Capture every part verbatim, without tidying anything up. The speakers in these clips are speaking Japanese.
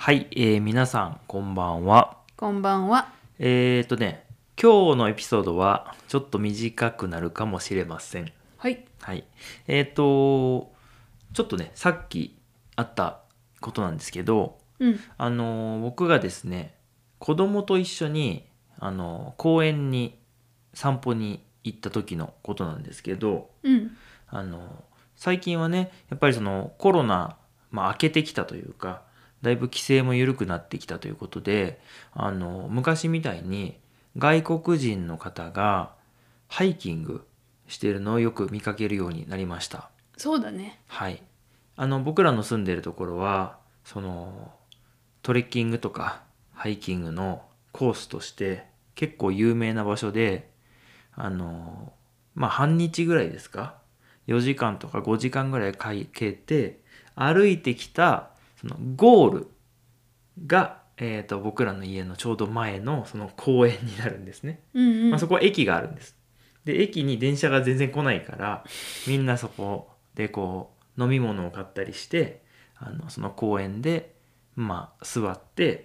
はい、えー、皆さんこんばんは。 こんばんは。 えーとね、今日のエピソードはちょっと短くなるかもしれません。 はい。 はい。えーと、ちょっとね、さっきあったことなんですけど、 うん。 あのー僕がですね、子供と一緒に、あのー公園に散歩に行った時のことなんですけど、 うん。 あのー最近はね、やっぱりそのコロナ、まあ、明けてきたというか、だいぶ規制も緩くなってきたということで、あのー昔みたいに外国人の方がハイキングしているのをよく見かけるようになりました。 そうだね。 はい。あの、僕らの住んでるところは、その、トレッキングとかハイキングのコースとして結構有名な場所で、あの、まあ、半日ぐらいですか？ よ 時間とかごじかんぐらいかけて、歩いてきた、そのゴールが、えっと、僕らの家のちょうど前のその公園になるんですね。まあ、そうんうん。 こは駅があるんです。で、駅に電車が全然来ないから、みんなそこでこう、飲み物を買ったりして、あの、その公園で、まあ、座って、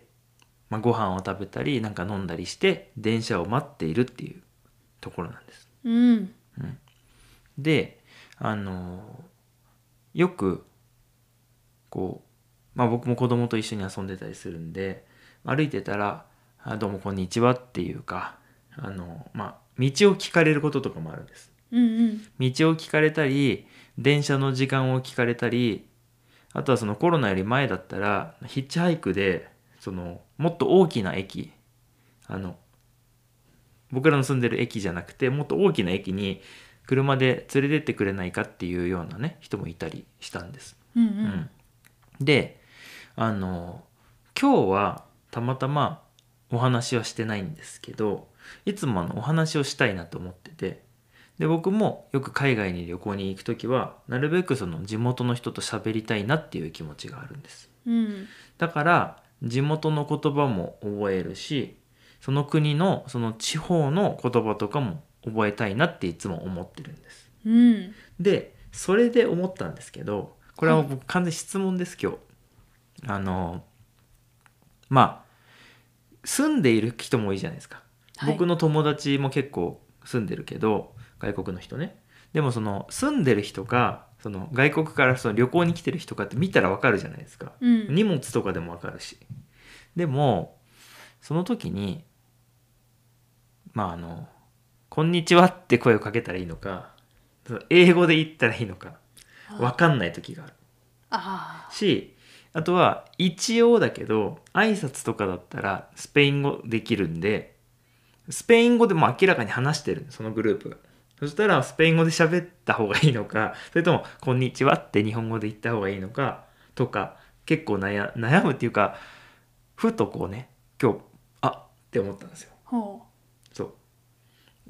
まあ、ご飯を食べたり、なんか飲んだりして、電車を待っているっていうところなんです。 うん。 で、あの、よく、こう、まあ僕も子供と一緒に遊んでたりするんで、歩いてたら、あどうもこんにちはっていうか、あの、まあ、道を聞かれることとかもあるんです。 うんうん。 道を聞かれたり、電車の時間を聞かれたり、あとはそのコロナより前だったら、ヒッチハイクで、その、もっと大きな駅、あの、僕らの住んでる駅じゃなくて、もっと大きな駅に車で連れてってくれないかっていうようなね、人もいたりしたんです。 うんううんん。で、あの、今日はたまたまお話はしてないんですけど、いつもあのお話をしたいなと思ってて、で、僕もよく海外に旅行に行くときは、なるべくその地元の人と喋りたいなっていう気持ちがあるんです。 うん。 だから、地元の言葉も覚えるし、その国のその地方の言葉とかも覚えたいなっていつも思ってるんです。 うん。 で、それで思ったんですけど、これはい。 は僕完全に質問です、今日。あの、まあ、住んでいる人もいいじゃないですか。 はい。 僕の友達も結構住んでるけど、外国の人ね。でもその住んでる人が、その外国からその旅行に来てる人かって見たらわかるじゃないですか。 うん。 荷物とかでもわかるし。でも、その時に、まああの、こんにちはって声をかけたらいいのか、英語で言ったらいいのか、わかんない時がある。 ああ。 し、あとは一応だけど、挨拶とかだったらスペイン語できるんで、スペイン語でも明らかに話してるそのグループが。そしたらスペイン語で喋った方がいいのか、それともこんにちはって日本語で言った方がいいのかとか、結構悩悩むっていうか、ふとこうね、今日、あって思ったんですよ。 ほう。 そう。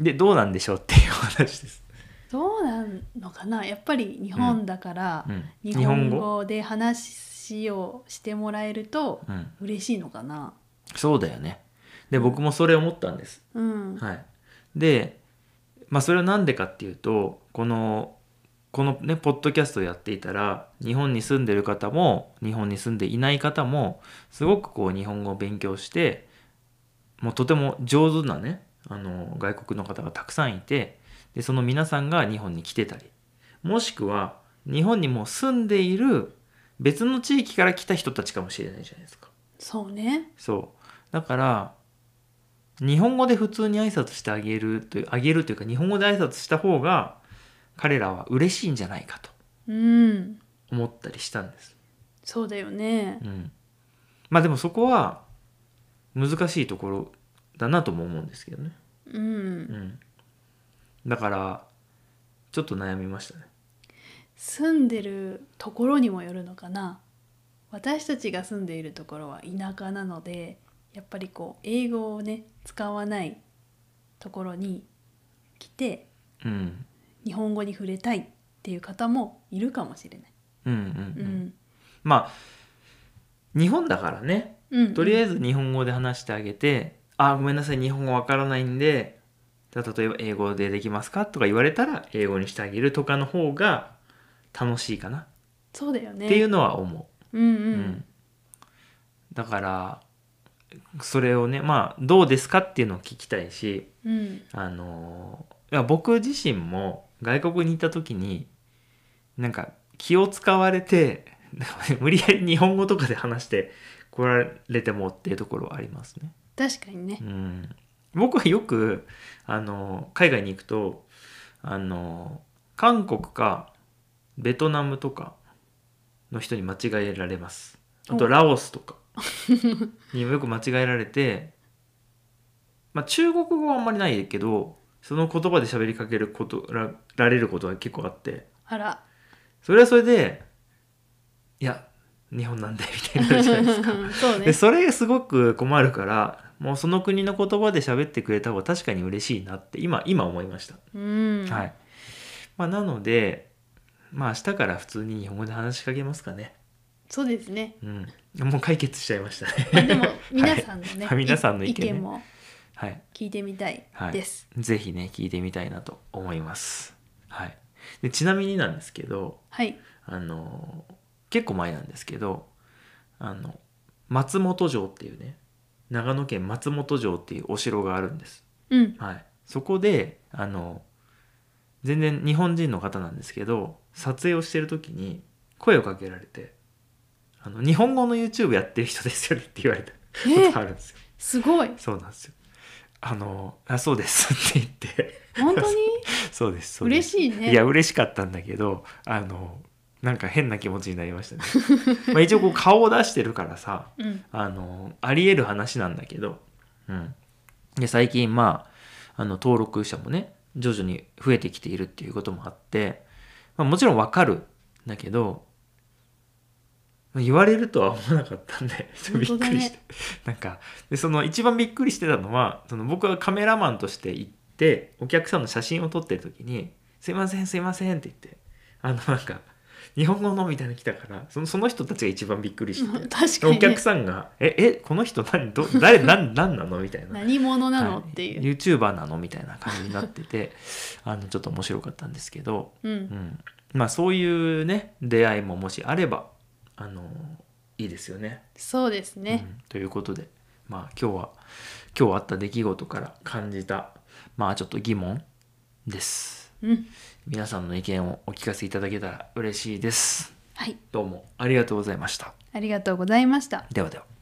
で、どうなんでしょうっていう話です。 どうなんのかな。やっぱり日うん。 本だからうん。 日日本語本語で話をしてもらえるとうん。 嬉しいのかな。 そうだよね。で、 うん。 僕もそれ思ったんです。 うん。 はい。で、まあそれはなんでかっていうと、この、このね、ポッドキャストをやっていたら、日本に住んでる方も、日本に住んでいない方も、すごくこう日本語を勉強して、もうとても上手なね、あの、外国の方がたくさんいて、で、その皆さんが日本に来てたり、もしくは、日本にもう住んでいる別の地域から来た人たちかもしれないじゃないですか。 そうね。 そう。だから、日本語で普通に挨拶してあげるという、あげるというか、日本語で挨拶した方が、彼らは嬉しいんじゃないかとうん。 思ったりしたんです。 そうだよね。 うん。まあでもそこは難しいところだなとも思うんですけどね。 うん。 うん。だから、ちょっと悩みましたね。 住んでるところにもよるのかな。私たちが住んでいるところは田舎なので、やっぱりこう英語をね使わないところに来てうん。 日本語に触れたいっていう方もいるかもしれない。 うんうんううん。 んまあ、日本だからね。 うんうん。 とりあえず日本語で話してあげて、あ、ごめんなさい、日本語わからないんで、じゃあ例えば英語でできますかとか言われたら英語にしてあげるとかの方が楽しいかなっそうだよていうね。 のは思うんうう。うん。 ん。 だからそれをねまあどうですかっていうのを聞きたいし、 うんあのいや僕自身も外国に行った時になんか気を使われて無理やり日本語とかで話して来られてもっていうところはありますね。 確かにねう。ん、僕はよくあの海外に行くとあの韓国かベトナムとかの人に間違えられます。あとおラオスとかにもよく間違えられて、まあ、中国語はあんまりないけどその言葉で喋りかけることらられることが結構あって、 あらそれはそれでいや日本なんでみたいになるじゃないですか。 そうねでそれがすごく困るからもうその国の言葉で喋ってくれた方が確かに嬉しいなって今今思いました。 うんはい。まあ、なのでまあ明日から普通に日本語で話しかけますかね。 そうですね。 うん。もう解決しちゃいましたね。 まあでも皆さんのね、 はい皆さんの意意見ね見もはい。 聞いてみたいはい、 です。 ぜひね聞いてみたいなと思います。はい。でちなみになんですけど、 はい。 あの結構前なんですけど、あの松本城っていうね長野県松本城っていうお城があるんです。 うん。 はい。そこであの全然日本人の方なんですけど撮影をしてる時に声をかけられてあの日本語の YouTube やってる人ですよねって言われたことがあるんですよ。 すごい。 そうなんですよ。あのあそうですって言って本当にそうですそうです嬉しいね。 いや嬉しかったんだけどあのなんか変な気持ちになりましたね。まあ一応こう顔を出してるからさうん。 あのありえる話なんだけど、うん、で最近まああの登録者もね徐々に増えてきているっていうこともあって、まあ、もちろんわかるんだけど言われるとは思わなかったんでびっくりして、なんかでその一番びっくりしてたのはその僕がカメラマンとして行ってお客さんの写真を撮ってる時に「すいませんすいません」って言ってあのなんか日本語のみたいなの来たからそのその人たちが一番びっくりしてて、 うん確かに、ね、 お客さんが「ええこの人何ど誰何何なの?」みたいな何者なの、 はいっていう。 YouTuber なのみたいな感じになっててあのちょっと面白かったんですけど、 うん。 うん、まあそういうね出会いももしあればあのいいですよね。 そうですね。 うん、ということでまあ今日は今日あった出来事から感じたまあちょっと疑問です。 うん。 皆さんの意見をお聞かせいただけたら嬉しいです。 はい。 どうもありがとうございました。 ありがとうございました。 ではでは。